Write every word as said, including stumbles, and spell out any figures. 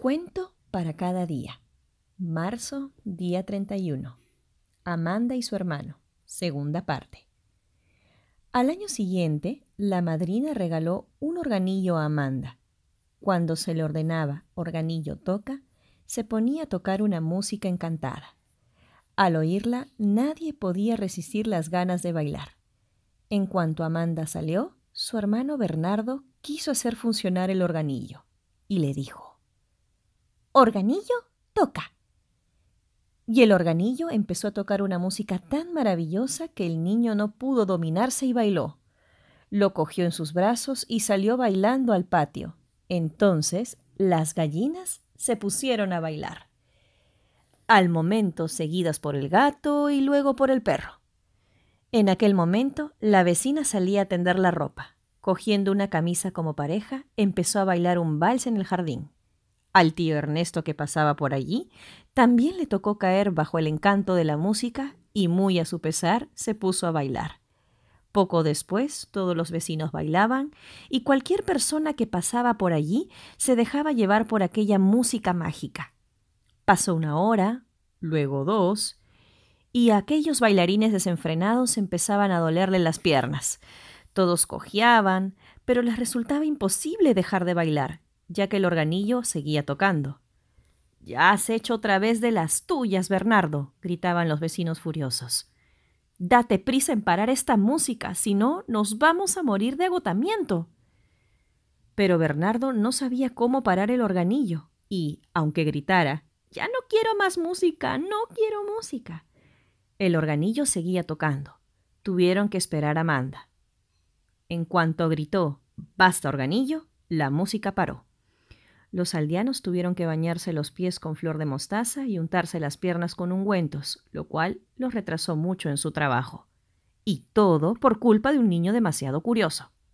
Cuento para cada día. Marzo, día treinta y uno. Amanda y su hermano. Segunda parte. Al año siguiente, la madrina regaló un organillo a Amanda. Cuando se le ordenaba organillo toca, se ponía a tocar una música encantada. Al oírla, nadie podía resistir las ganas de bailar. En cuanto Amanda salió, su hermano Bernardo quiso hacer funcionar el organillo y le dijo: «Organillo, toca». Y el organillo empezó a tocar una música tan maravillosa que el niño no pudo dominarse y bailó. Lo cogió en sus brazos y salió bailando al patio. Entonces las gallinas se pusieron a bailar. Al momento seguidas por el gato y luego por el perro. En aquel momento la vecina salía a tender la ropa. Cogiendo una camisa como pareja, empezó a bailar un vals en el jardín. Al tío Ernesto, que pasaba por allí, también le tocó caer bajo el encanto de la música y, muy a su pesar, se puso a bailar. Poco después, todos los vecinos bailaban y cualquier persona que pasaba por allí se dejaba llevar por aquella música mágica. Pasó una hora, luego dos, y a aquellos bailarines desenfrenados empezaban a dolerle las piernas. Todos cojeaban, pero les resultaba imposible dejar de bailar, ya que el organillo seguía tocando. «Ya has hecho otra vez de las tuyas, Bernardo», gritaban los vecinos furiosos. «Date prisa en parar esta música, si no, nos vamos a morir de agotamiento». Pero Bernardo no sabía cómo parar el organillo y, aunque gritara: «Ya no quiero más música, no quiero música», el organillo seguía tocando. Tuvieron que esperar a Amanda. En cuanto gritó: «¡Basta, organillo!», la música paró. Los aldeanos tuvieron que bañarse los pies con flor de mostaza y untarse las piernas con ungüentos, lo cual los retrasó mucho en su trabajo. Y todo por culpa de un niño demasiado curioso.